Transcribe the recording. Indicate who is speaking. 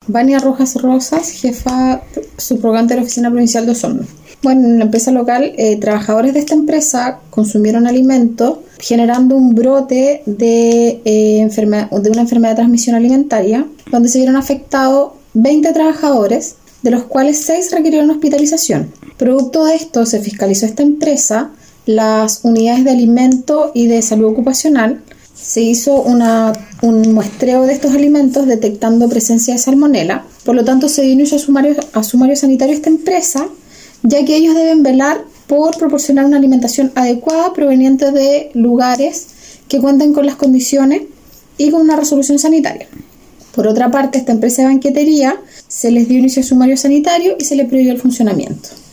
Speaker 1: Vania Rojas Rosas, jefa subrogante de la Oficina Provincial de Osorno. Bueno, en la empresa local, trabajadores de esta empresa consumieron alimentos, generando un brote de una enfermedad de transmisión alimentaria, donde se vieron afectados 20 trabajadores, de los cuales 6 requirieron hospitalización. Producto de esto, se fiscalizó esta empresa, las unidades de alimento y de salud ocupacional, se hizo un muestreo de estos alimentos detectando presencia de salmonela. Por lo tanto, se dio inicio a sumario sanitario a esta empresa, ya que ellos deben velar por proporcionar una alimentación adecuada proveniente de lugares que cuenten con las condiciones y con una resolución sanitaria. Por otra parte, esta empresa de banquetería se les dio inicio a sumario sanitario y se le prohibió el funcionamiento.